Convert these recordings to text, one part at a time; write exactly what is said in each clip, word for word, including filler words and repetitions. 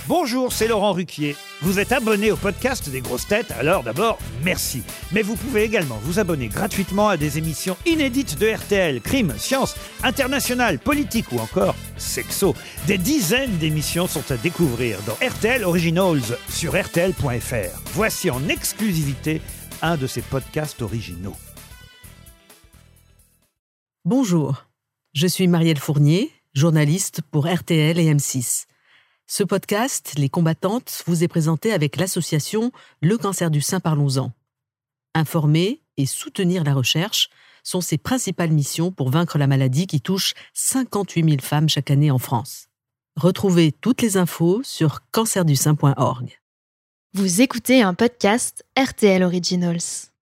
Bonjour, c'est Laurent Ruquier. Vous êtes abonné au podcast des grosses têtes, alors d'abord, merci. Mais vous pouvez également vous abonner gratuitement à des émissions inédites de R T L, crime, science, international, politique ou encore sexo. Des dizaines d'émissions sont à découvrir dans R T L Originals sur R T L point F R. Voici en exclusivité un de ces podcasts originaux. Bonjour, je suis Marielle Fournier, journaliste pour R T L et M six. Ce podcast, Les Combattantes, vous est présenté avec l'association Le Cancer du Sein, parlons-en. Informer et soutenir la recherche sont ses principales missions pour vaincre la maladie qui touche cinquante-huit mille femmes chaque année en France. Retrouvez toutes les infos sur cancer du sein point org. Vous écoutez un podcast R T L Originals.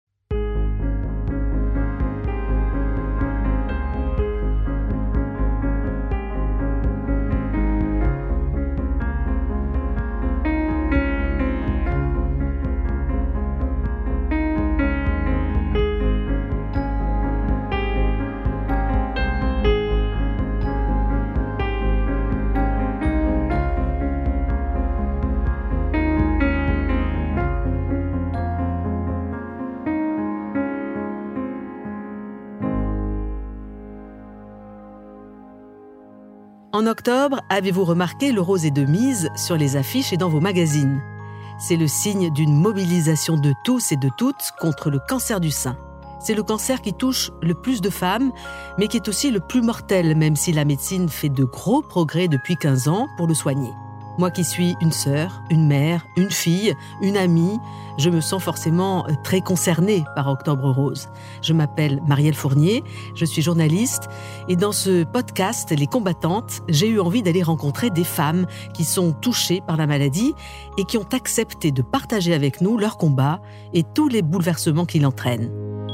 En octobre, avez-vous remarqué le rose est de mise sur les affiches et dans vos magazines ? C'est le signe d'une mobilisation de tous et de toutes contre le cancer du sein. C'est le cancer qui touche le plus de femmes, mais qui est aussi le plus mortel, même si la médecine fait de gros progrès depuis quinze ans pour le soigner. Moi qui suis une sœur, une mère, une fille, une amie, je me sens forcément très concernée par Octobre Rose. Je m'appelle Marielle Fournier, je suis journaliste et dans ce podcast, Les Combattantes, j'ai eu envie d'aller rencontrer des femmes qui sont touchées par la maladie et qui ont accepté de partager avec nous leur combat et tous les bouleversements qui l'entraînent.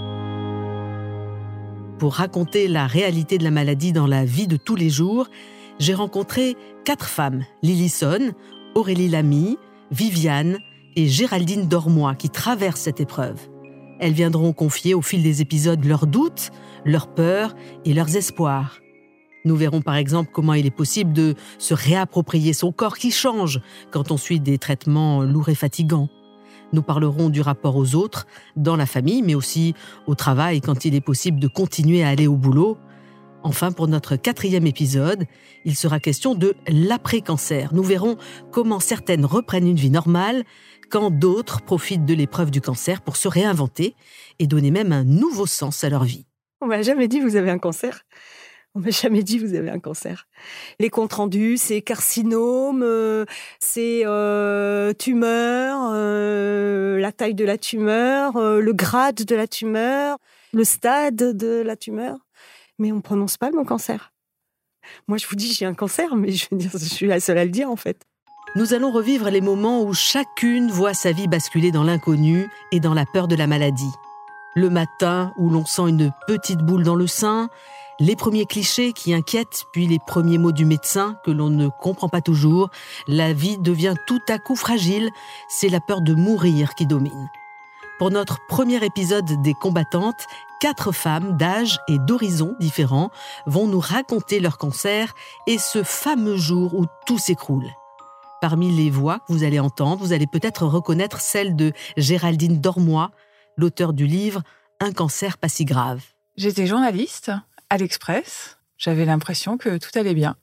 Pour raconter la réalité de la maladie dans la vie de tous les jours, j'ai rencontré quatre femmes, Lillison, Aurélie Lamy, Viviane et Géraldine Dormois, qui traversent cette épreuve. Elles viendront confier au fil des épisodes leurs doutes, leurs peurs et leurs espoirs. Nous verrons par exemple comment il est possible de se réapproprier son corps qui change quand on suit des traitements lourds et fatigants. Nous parlerons du rapport aux autres, dans la famille, mais aussi au travail quand il est possible de continuer à aller au boulot. Enfin, pour notre quatrième épisode, il sera question de l'après-cancer. Nous verrons comment certaines reprennent une vie normale, quand d'autres profitent de l'épreuve du cancer pour se réinventer et donner même un nouveau sens à leur vie. On m'a jamais dit vous avez un cancer. On m'a jamais dit vous avez un cancer. Les comptes rendus, c'est carcinome, euh, c'est euh, tumeur, euh, la taille de la tumeur, euh, le grade de la tumeur, le stade de la tumeur. Mais on ne prononce pas le mot cancer. Moi, je vous dis, j'ai un cancer, mais je veux dire, je suis la seule à le dire, en fait. Nous allons revivre les moments où chacune voit sa vie basculer dans l'inconnu et dans la peur de la maladie. Le matin où l'on sent une petite boule dans le sein, les premiers clichés qui inquiètent, puis les premiers mots du médecin que l'on ne comprend pas toujours. La vie devient tout à coup fragile, c'est la peur de mourir qui domine. Pour notre premier épisode des Combattantes, quatre femmes d'âge et d'horizons différents vont nous raconter leur cancer et ce fameux jour où tout s'écroule. Parmi les voix que vous allez entendre, vous allez peut-être reconnaître celle de Géraldine Dormois, l'auteure du livre « Un cancer pas si grave ». J'étais journaliste à l'Express. J'avais l'impression que tout allait bien.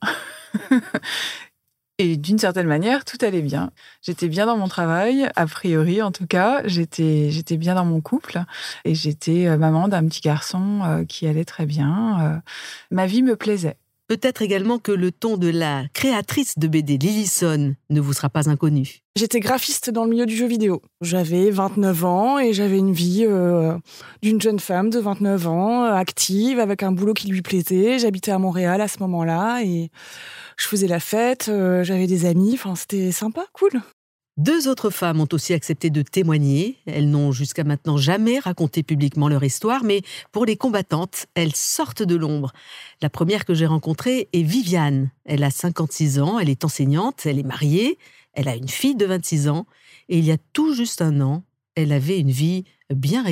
Et d'une certaine manière, tout allait bien. J'étais bien dans mon travail, a priori en tout cas. J'étais, j'étais bien dans mon couple et j'étais maman d'un petit garçon qui allait très bien. Ma vie me plaisait. Peut-être également que le ton de la créatrice de B D, Lillison, ne vous sera pas inconnu. J'étais graphiste dans le milieu du jeu vidéo. J'avais vingt-neuf ans et j'avais une vie euh, d'une jeune femme de vingt-neuf ans, euh, active, avec un boulot qui lui plaisait. J'habitais à Montréal à ce moment-là et je faisais la fête, euh, j'avais des amis, enfin c'était sympa, cool. Deux autres femmes ont aussi accepté de témoigner. Elles n'ont jusqu'à maintenant jamais raconté publiquement leur histoire, mais pour les combattantes, elles sortent de l'ombre. La première que j'ai rencontrée est Viviane. Elle a cinquante-six ans, elle est enseignante, elle est mariée, elle a une fille de vingt-six ans, et il y a tout juste un an, elle avait une vie bien réglée.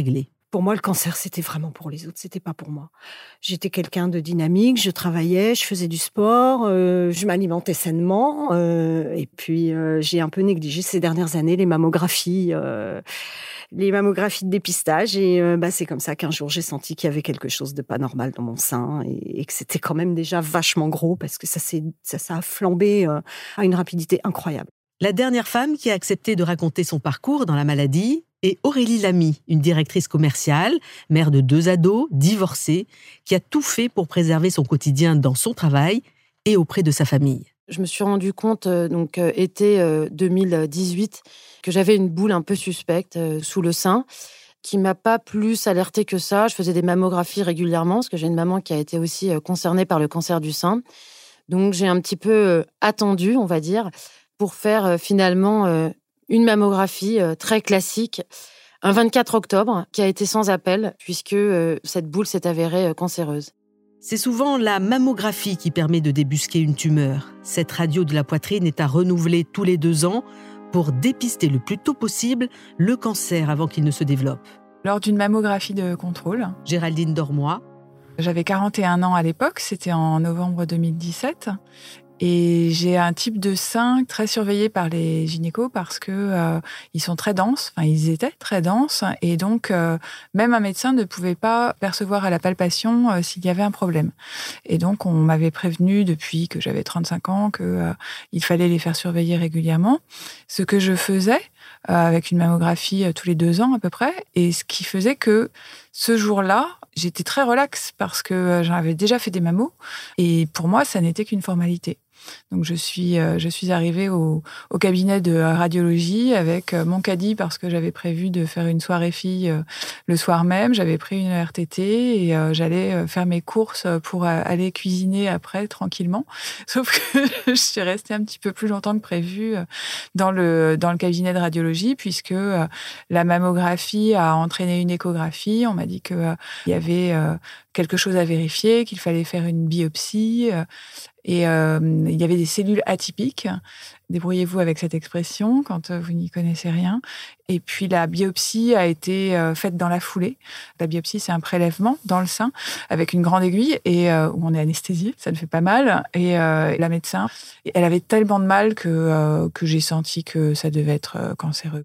Pour moi, le cancer, c'était vraiment pour les autres, c'était pas pour moi. J'étais quelqu'un de dynamique, je travaillais, je faisais du sport, euh, je m'alimentais sainement. Euh, et puis, euh, j'ai un peu négligé ces dernières années les mammographies, euh, les mammographies de dépistage. Et euh, bah, c'est comme ça qu'un jour, j'ai senti qu'il y avait quelque chose de pas normal dans mon sein et, et que c'était quand même déjà vachement gros parce que ça, s'est, ça, ça a flambé euh, à une rapidité incroyable. La dernière femme qui a accepté de raconter son parcours dans la maladie est Aurélie Lamy, une directrice commerciale, mère de deux ados, divorcée, qui a tout fait pour préserver son quotidien dans son travail et auprès de sa famille. Je me suis rendu compte, euh, donc euh, été euh, deux mille dix-huit, que j'avais une boule un peu suspecte euh, sous le sein, qui m'a pas plus alertée que ça. Je faisais des mammographies régulièrement, parce que j'ai une maman qui a été aussi euh, concernée par le cancer du sein. Donc j'ai un petit peu euh, attendu, on va dire, pour faire euh, finalement euh, une mammographie euh, très classique, un vingt-quatre octobre, qui a été sans appel, puisque euh, cette boule s'est avérée euh, cancéreuse. C'est souvent la mammographie qui permet de débusquer une tumeur. Cette radio de la poitrine est à renouveler tous les deux ans pour dépister le plus tôt possible le cancer avant qu'il ne se développe. Lors d'une mammographie de contrôle, Géraldine Dormois. J'avais quarante et un ans à l'époque, c'était en novembre deux mille dix-sept. Et j'ai un type de sein très surveillé par les gynécos parce que euh, ils sont très denses, enfin ils étaient très denses, et donc euh, même un médecin ne pouvait pas percevoir à la palpation euh, s'il y avait un problème. Et donc on m'avait prévenu depuis que j'avais trente-cinq ans que euh, il fallait les faire surveiller régulièrement. Ce que je faisais euh, avec une mammographie euh, tous les deux ans à peu près, et ce qui faisait que ce jour-là, j'étais très relaxe parce que euh, j'avais déjà fait des mammos, et pour moi ça n'était qu'une formalité. Donc je suis euh, je suis arrivée au, au cabinet de radiologie avec euh, mon caddie parce que j'avais prévu de faire une soirée fille euh, le soir même. J'avais pris une R T T et euh, j'allais euh, faire mes courses pour euh, aller cuisiner après tranquillement. Sauf que je suis restée un petit peu plus longtemps que prévu euh, dans le dans le cabinet de radiologie puisque euh, la mammographie a entraîné une échographie. On m'a dit que euh, il y avait euh, quelque chose à vérifier, qu'il fallait faire une biopsie. Euh, Et euh, il y avait des cellules atypiques. Débrouillez-vous avec cette expression quand vous n'y connaissez rien. Et puis la biopsie a été euh, faite dans la foulée. La biopsie, c'est un prélèvement dans le sein avec une grande aiguille et euh, où on est anesthésié. Ça ne fait pas mal. Et euh, la médecin, elle avait tellement de mal que euh, que j'ai senti que ça devait être euh, cancéreux.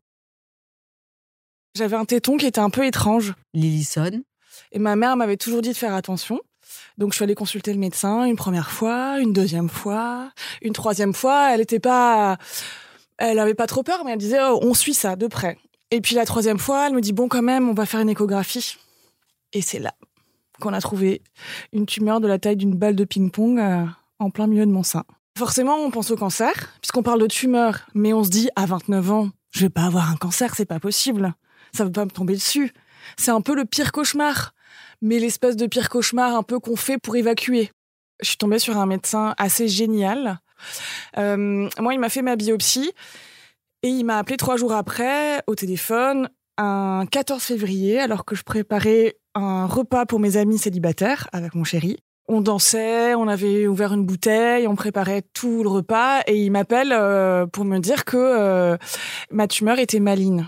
J'avais un téton qui était un peu étrange. Lillison. Et ma mère m'avait toujours dit de faire attention. Donc, je suis allée consulter le médecin une première fois, une deuxième fois, une troisième fois. Elle était pas, elle avait pas trop peur, mais elle disait, oh, on suit ça de près. Et puis, la troisième fois, elle me dit, bon, quand même, on va faire une échographie. Et c'est là qu'on a trouvé une tumeur de la taille d'une balle de ping-pong euh, en plein milieu de mon sein. Forcément, on pense au cancer, puisqu'on parle de tumeur. Mais on se dit, à vingt-neuf ans, je vais pas avoir un cancer, c'est pas possible. Ça va pas me tomber dessus. C'est un peu le pire cauchemar. Mais l'espèce de pire cauchemar un peu qu'on fait pour évacuer. Je suis tombée sur un médecin assez génial. Euh, moi, il m'a fait ma biopsie et il m'a appelé trois jours après au téléphone, un quatorze février, alors que je préparais un repas pour mes amis célibataires avec mon chéri. On dansait, on avait ouvert une bouteille, on préparait tout le repas et il m'appelle euh, pour me dire que euh, ma tumeur était maligne.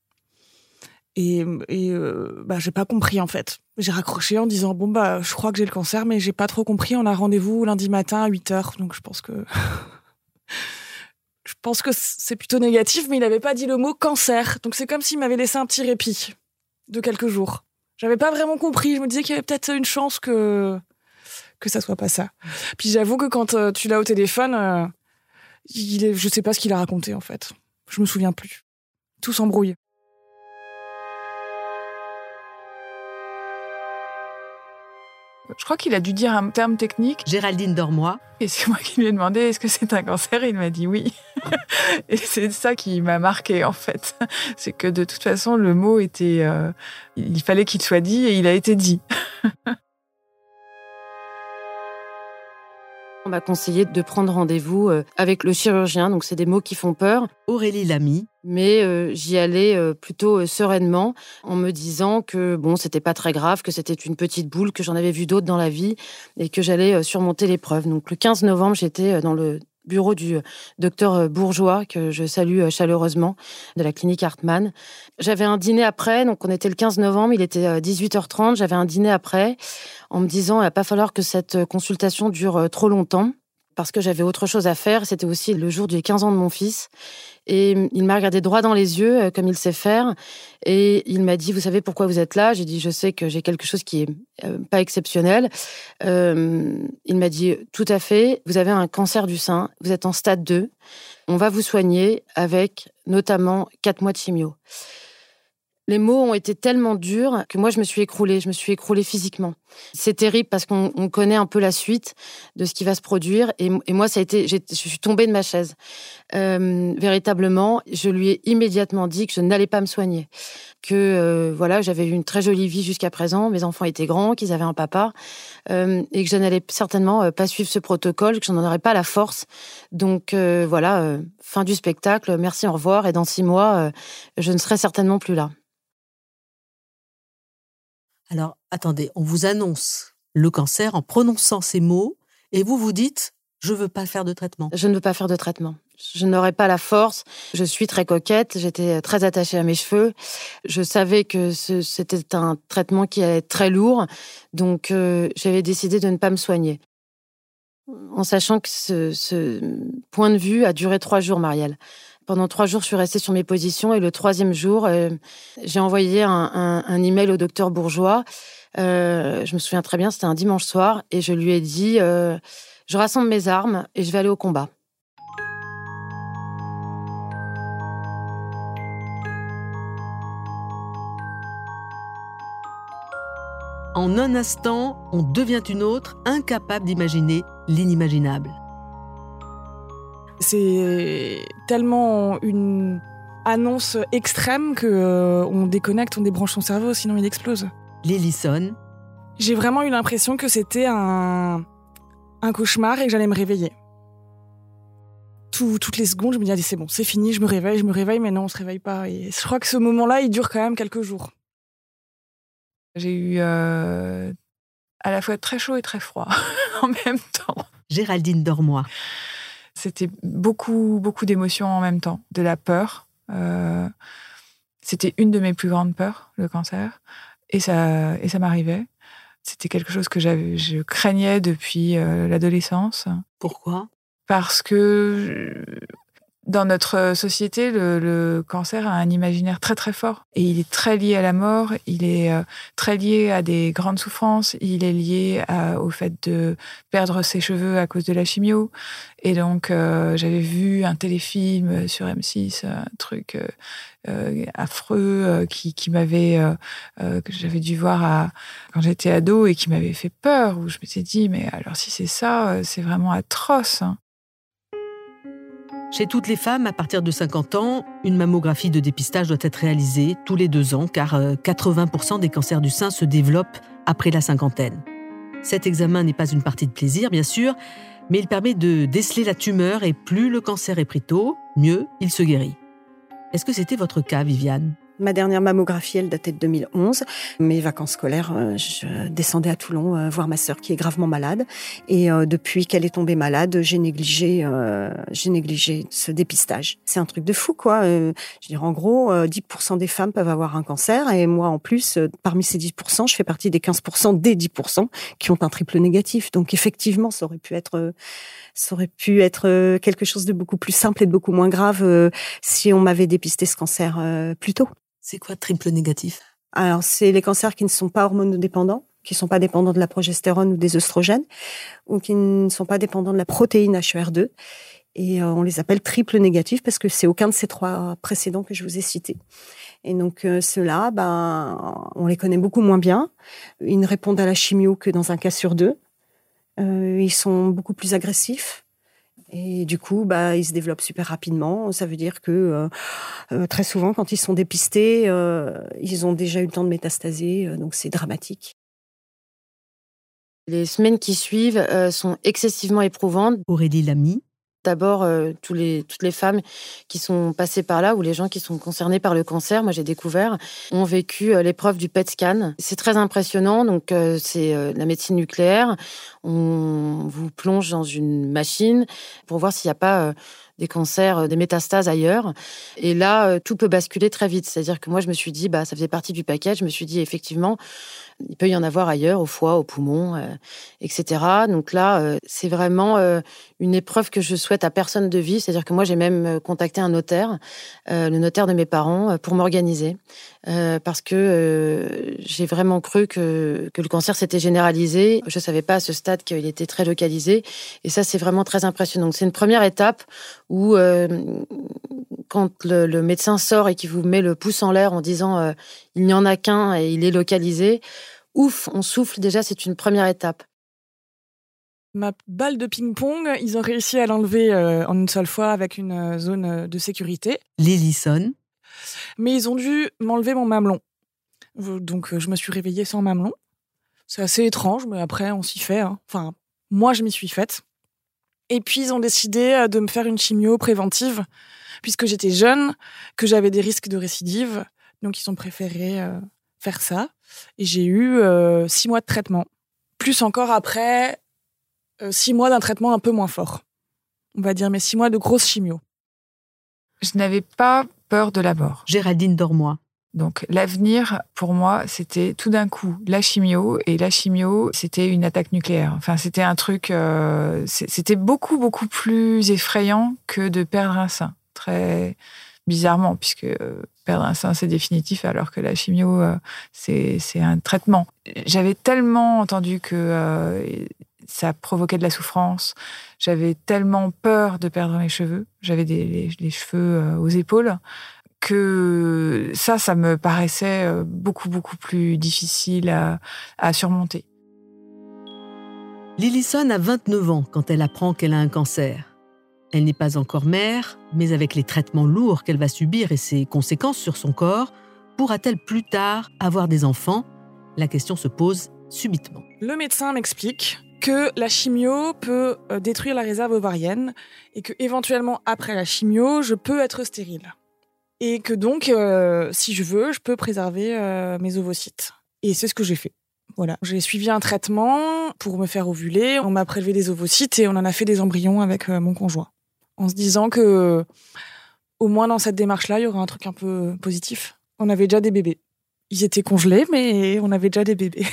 Et, et euh, bah, j'ai pas compris, en fait. J'ai raccroché en disant, bon, bah, je crois que j'ai le cancer, mais j'ai pas trop compris. On a rendez-vous lundi matin à huit heures. Donc, je pense que, je pense que c'est plutôt négatif, mais il avait pas dit le mot cancer. Donc, c'est comme s'il m'avait laissé un petit répit de quelques jours. J'avais pas vraiment compris. Je me disais qu'il y avait peut-être une chance que, que ça soit pas ça. Puis, j'avoue que quand euh, tu l'as au téléphone, euh, il est, je sais pas ce qu'il a raconté, en fait. Je me souviens plus. Tout s'embrouille. Je crois qu'il a dû dire un terme technique. Géraldine Dormois. Et c'est moi qui lui ai demandé est-ce que c'est un cancer, et il m'a dit oui. Et c'est ça qui m'a marqué en fait. C'est que de toute façon le mot était, euh, il fallait qu'il soit dit et il a été dit. On m'a conseillé de prendre rendez-vous avec le chirurgien, donc c'est des mots qui font peur. Aurélie Lamy. Mais euh, j'y allais euh, plutôt euh, sereinement, en me disant que bon, c'était pas très grave, que c'était une petite boule, que j'en avais vu d'autres dans la vie et que j'allais euh, surmonter l'épreuve. Donc le quinze novembre, j'étais dans le bureau du docteur Bourgeois, que je salue chaleureusement, de la clinique Hartmann. J'avais un dîner après, donc on était le quinze novembre, il était dix-huit heures trente, j'avais un dîner après, en me disant, il va pas falloir que cette consultation dure trop longtemps, parce que j'avais autre chose à faire. C'était aussi le jour des quinze ans de mon fils. Et il m'a regardé droit dans les yeux, comme il sait faire. Et il m'a dit, vous savez pourquoi vous êtes là ? J'ai dit, je sais que j'ai quelque chose qui est euh, pas exceptionnel. Euh, il m'a dit, tout à fait, vous avez un cancer du sein, vous êtes en stade deux. On va vous soigner avec notamment quatre mois de chimio. Les mots ont été tellement durs que moi, je me suis écroulée. Je me suis écroulée physiquement. C'est terrible parce qu'on on connaît un peu la suite de ce qui va se produire. Et, et moi, ça a été, j'ai, je suis tombée de ma chaise. Euh, véritablement, je lui ai immédiatement dit que je n'allais pas me soigner. Que euh, voilà, j'avais eu une très jolie vie jusqu'à présent. Mes enfants étaient grands, qu'ils avaient un papa. Euh, et que je n'allais certainement pas suivre ce protocole, que je n'en aurais pas la force. Donc euh, voilà, euh, fin du spectacle. Merci, au revoir. Et dans six mois, euh, je ne serai certainement plus là. Alors, attendez, on vous annonce le cancer en prononçant ces mots et vous vous dites « je veux pas faire de traitement ». Je ne veux pas faire de traitement. Je n'aurais pas la force. Je suis très coquette. J'étais très attachée à mes cheveux. Je savais que ce, c'était un traitement qui allait être très lourd. Donc, euh, j'avais décidé de ne pas me soigner. En sachant que ce, ce point de vue a duré trois jours, Marielle. Pendant trois jours, je suis restée sur mes positions et le troisième jour, euh, j'ai envoyé un, un, un email au docteur Bourgeois. Euh, je me souviens très bien, c'était un dimanche soir et je lui ai dit euh, « je rassemble mes armes et je vais aller au combat ». En un instant, on devient une autre, incapable d'imaginer l'inimaginable. C'est tellement une annonce extrême que euh, on déconnecte, on débranche son cerveau, sinon il explose. Lillison. J'ai vraiment eu l'impression que c'était un, un cauchemar et que j'allais me réveiller. Tout, toutes les secondes, je me disais, c'est bon, c'est fini, je me réveille, je me réveille, mais non, on se réveille pas. Et je crois que ce moment-là, il dure quand même quelques jours. J'ai eu euh, à la fois très chaud et très froid en même temps. Géraldine Dormois. C'était beaucoup, beaucoup d'émotions en même temps. De la peur. Euh, c'était une de mes plus grandes peurs, le cancer. Et ça, et ça m'arrivait. C'était quelque chose que j'avais, je craignais depuis euh, l'adolescence. Pourquoi ? Parce que dans notre société, le, le cancer a un imaginaire très très fort. Et il est très lié à la mort, il est euh, très lié à des grandes souffrances, il est lié à, au fait de perdre ses cheveux à cause de la chimio. Et donc, euh, j'avais vu un téléfilm sur M six, un truc euh, euh, affreux euh, qui, qui m'avait, euh, euh, que j'avais dû voir à, quand j'étais ado et qui m'avait fait peur, où je m'étais dit, mais alors si c'est ça, c'est vraiment atroce. Hein. Chez toutes les femmes, à partir de cinquante ans, une mammographie de dépistage doit être réalisée tous les deux ans, car quatre-vingts pour cent des cancers du sein se développent après la cinquantaine. Cet examen n'est pas une partie de plaisir, bien sûr, mais il permet de déceler la tumeur et plus le cancer est pris tôt, mieux il se guérit. Est-ce que c'était votre cas, Viviane ? Ma dernière mammographie, elle datait de deux mille onze. Mes vacances scolaires, je descendais à Toulon voir ma sœur qui est gravement malade. Et depuis qu'elle est tombée malade, j'ai négligé, euh, j'ai négligé ce dépistage. C'est un truc de fou, quoi. Euh, je veux dire, en gros, dix pour cent des femmes peuvent avoir un cancer. Et moi, en plus, parmi ces dix pour cent, je fais partie des quinze pour cent des dix pour cent qui ont un triple négatif. Donc, effectivement, ça aurait pu être... Ça aurait pu être quelque chose de beaucoup plus simple et de beaucoup moins grave euh, si on m'avait dépisté ce cancer euh, plus tôt. C'est quoi triple négatif ? Alors, c'est les cancers qui ne sont pas hormonodépendants, qui ne sont pas dépendants de la progestérone ou des œstrogènes, ou qui ne sont pas dépendants de la protéine H E R deux. Et euh, on les appelle triple négatifs parce que c'est aucun de ces trois précédents que je vous ai cités. Et donc, euh, ceux-là, ben, on les connaît beaucoup moins bien. Ils ne répondent à la chimio que dans un cas sur deux. Euh, ils sont beaucoup plus agressifs. Et du coup, bah, ils se développent super rapidement. Ça veut dire que euh, euh, très souvent, quand ils sont dépistés, euh, ils ont déjà eu le temps de métastaser, euh, donc c'est dramatique. Les semaines qui suivent euh, sont excessivement éprouvantes. Aurélie Lamy. D'abord, euh, tous les, toutes les femmes qui sont passées par là, ou les gens qui sont concernés par le cancer, moi j'ai découvert, ont vécu euh, l'épreuve du P E T scan. C'est très impressionnant, donc euh, c'est euh, la médecine nucléaire. On vous plonge dans une machine pour voir s'il n'y a pas euh, des cancers, des métastases ailleurs. Et là, euh, tout peut basculer très vite. C'est-à-dire que moi, je me suis dit, bah, ça faisait partie du paquet. Je me suis dit, effectivement, il peut y en avoir ailleurs, au foie, au poumon, euh, et cetera. Donc là, euh, c'est vraiment euh, une épreuve que je souhaite à personne de vivre. C'est-à-dire que moi, j'ai même contacté un notaire, euh, le notaire de mes parents, pour m'organiser. Euh, parce que euh, j'ai vraiment cru que, que le cancer s'était généralisé. Je ne savais pas à ce stade qu'il était très localisé. Et ça, c'est vraiment très impressionnant. Donc, c'est une première étape où, euh, quand le, le médecin sort et qu'il vous met le pouce en l'air en disant euh, « il n'y en a qu'un et il est localisé », ouf, on souffle. Déjà, c'est une première étape. Ma balle de ping-pong, ils ont réussi à l'enlever euh, en une seule fois avec une zone de sécurité. Lillison. Mais ils ont dû m'enlever mon mamelon. Donc, je me suis réveillée sans mamelon. C'est assez étrange, mais après, on s'y fait. Hein. Enfin, moi, je m'y suis faite. Et puis, ils ont décidé de me faire une chimio préventive, puisque j'étais jeune, que j'avais des risques de récidive. Donc, ils ont préféré euh, faire ça. Et j'ai eu euh, six mois de traitement. Plus encore après, euh, six mois d'un traitement un peu moins fort. On va dire, mais six mois de grosse chimio. Je n'avais pas peur de la mort. Géraldine Dormois. Donc, l'avenir, pour moi, c'était tout d'un coup la chimio. Et la chimio, c'était une attaque nucléaire. Enfin, c'était un truc... Euh, c'était beaucoup, beaucoup plus effrayant que de perdre un sein. Très bizarrement, puisque euh, perdre un sein, c'est définitif, alors que la chimio, euh, c'est, c'est un traitement. J'avais tellement entendu que euh, ça provoquait de la souffrance. J'avais tellement peur de perdre mes cheveux. J'avais des, les, les cheveux euh, aux épaules. Que ça, ça me paraissait beaucoup, beaucoup plus difficile à, à surmonter. Lillison a vingt-neuf ans quand elle apprend qu'elle a un cancer. Elle n'est pas encore mère, mais avec les traitements lourds qu'elle va subir et ses conséquences sur son corps, pourra-t-elle plus tard avoir des enfants ? La question se pose subitement. Le médecin m'explique que la chimio peut détruire la réserve ovarienne et que éventuellement après la chimio, je peux être stérile. Et que donc, euh, si je veux, je peux préserver euh, mes ovocytes. Et c'est ce que j'ai fait. Voilà. J'ai suivi un traitement pour me faire ovuler. On m'a prélevé des ovocytes et on en a fait des embryons avec euh, mon conjoint. En se disant que, au moins dans cette démarche-là, il y aura un truc un peu positif. On avait déjà des bébés. Ils étaient congelés, mais on avait déjà des bébés.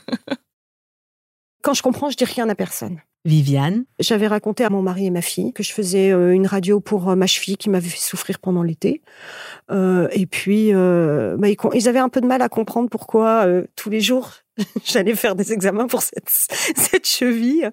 Quand je comprends, je dis rien à personne. Viviane. J'avais raconté à mon mari et ma fille que je faisais euh, une radio pour euh, ma cheville qui m'avait fait souffrir pendant l'été. Euh, et puis, euh, bah, ils, ils avaient un peu de mal à comprendre pourquoi euh, tous les jours, j'allais faire des examens pour cette, cette cheville.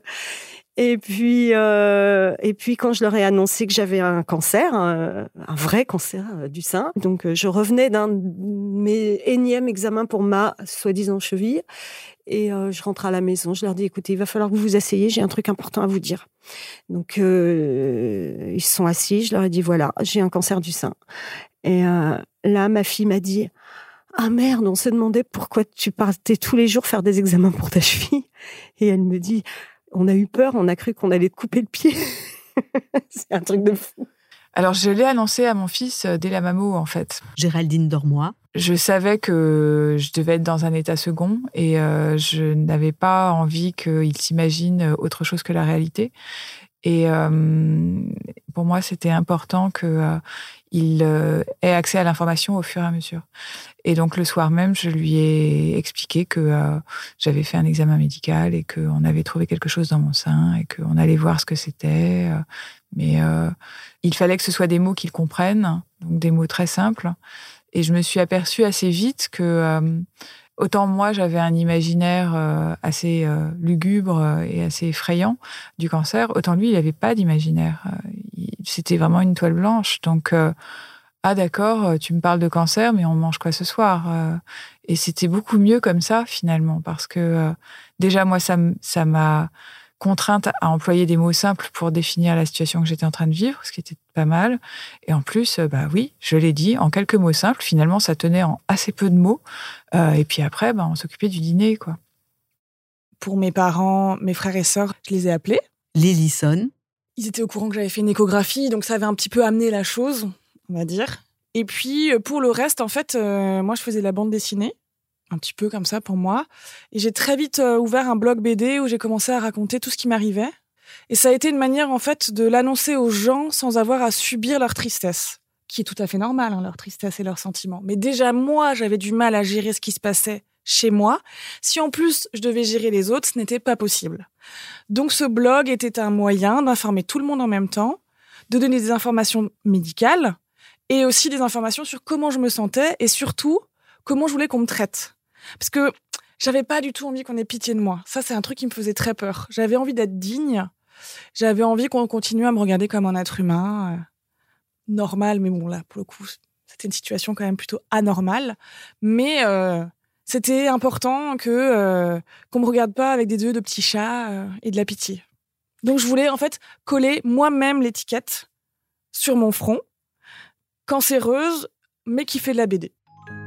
Et puis, euh, et puis, quand je leur ai annoncé que j'avais un cancer, un, un vrai cancer euh, du sein, donc euh, je revenais d'un de mes énièmes examens pour ma soi-disant cheville. Et euh, je rentre à la maison, je leur dis, écoutez, il va falloir que vous vous asseyez, j'ai un truc important à vous dire. Donc, euh, ils se sont assis, je leur ai dit, voilà, j'ai un cancer du sein. Et euh, là, ma fille m'a dit, ah merde, on se demandait pourquoi tu partais tous les jours faire des examens pour ta cheville. Et elle me dit, on a eu peur, on a cru qu'on allait te couper le pied. C'est un truc de fou. Alors, je l'ai annoncé à mon fils dès la mammo, en fait. Géraldine Dormois. Je savais que je devais être dans un état second et euh, je n'avais pas envie qu'il s'imagine autre chose que la réalité. Et euh, pour moi, c'était important qu'il euh, ait accès à l'information au fur et à mesure. Et donc, le soir même, je lui ai expliqué que euh, j'avais fait un examen médical et qu'on avait trouvé quelque chose dans mon sein et qu'on allait voir ce que c'était. Mais euh, il fallait que ce soit des mots qu'il comprenne, donc des mots très simples. Et je me suis aperçue assez vite que euh, autant moi, j'avais un imaginaire euh, assez euh, lugubre et assez effrayant du cancer, autant lui, il n'avait pas d'imaginaire. Euh, il, c'était vraiment une toile blanche. Donc, euh, ah d'accord, tu me parles de cancer, mais on mange quoi ce soir euh, Et c'était beaucoup mieux comme ça, finalement, parce que euh, déjà, moi, ça, ça m'a contrainte à employer des mots simples pour définir la situation que j'étais en train de vivre, ce qui était pas mal. Et en plus, bah oui, je l'ai dit, en quelques mots simples, finalement, ça tenait en assez peu de mots. Euh, et puis après, bah, on s'occupait du dîner, quoi. Pour mes parents, mes frères et sœurs, je les ai appelés. Lillison. Ils étaient au courant que j'avais fait une échographie, donc ça avait un petit peu amené la chose, on va dire. Et puis, pour le reste, en fait, euh, moi, je faisais de la bande dessinée, un petit peu comme ça pour moi. Et j'ai très vite euh, ouvert un blog B D où j'ai commencé à raconter tout ce qui m'arrivait. Et ça a été une manière, en fait, de l'annoncer aux gens sans avoir à subir leur tristesse, qui est tout à fait normal, hein, leur tristesse et leurs sentiments. Mais déjà, moi, j'avais du mal à gérer ce qui se passait chez moi. Si en plus, je devais gérer les autres, ce n'était pas possible. Donc, ce blog était un moyen d'informer tout le monde en même temps, de donner des informations médicales et aussi des informations sur comment je me sentais et surtout, comment je voulais qu'on me traite. Parce que j'avais pas du tout envie qu'on ait pitié de moi. Ça, c'est un truc qui me faisait très peur. J'avais envie d'être digne. J'avais envie qu'on continue à me regarder comme un être humain, euh, normal. Mais bon, là, pour le coup, c'était une situation quand même plutôt anormale. Mais euh, c'était important que euh, qu'on me regarde pas avec des yeux de petits chats euh, et de la pitié. Donc, je voulais en fait coller moi-même l'étiquette sur mon front, cancéreuse, mais qui fait de la B D.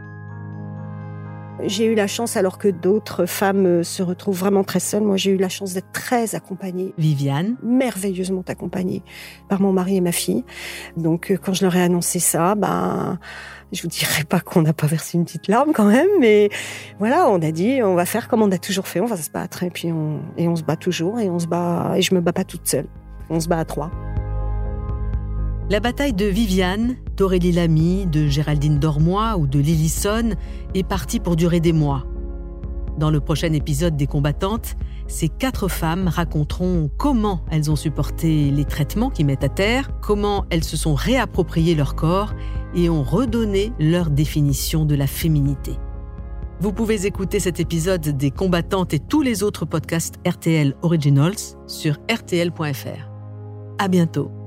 J'ai eu la chance, alors que d'autres femmes se retrouvent vraiment très seules, moi j'ai eu la chance d'être très accompagnée. Viviane. Merveilleusement accompagnée par mon mari et ma fille. Donc quand je leur ai annoncé ça, ben, je vous dirais pas qu'on n'a pas versé une petite larme quand même, mais voilà, on a dit on va faire comme on a toujours fait, on va se battre et puis on, et on se bat toujours et on se bat, et je me bats pas toute seule, on se bat à trois. La bataille de Viviane, d'Aurélie Lamy, de Géraldine Dormois ou de Lillison est partie pour durer des mois. Dans le prochain épisode des Combattantes, ces quatre femmes raconteront comment elles ont supporté les traitements qui mettent à terre, comment elles se sont réappropriées leur corps et ont redonné leur définition de la féminité. Vous pouvez écouter cet épisode des Combattantes et tous les autres podcasts R T L Originals sur R T L point F R. À bientôt.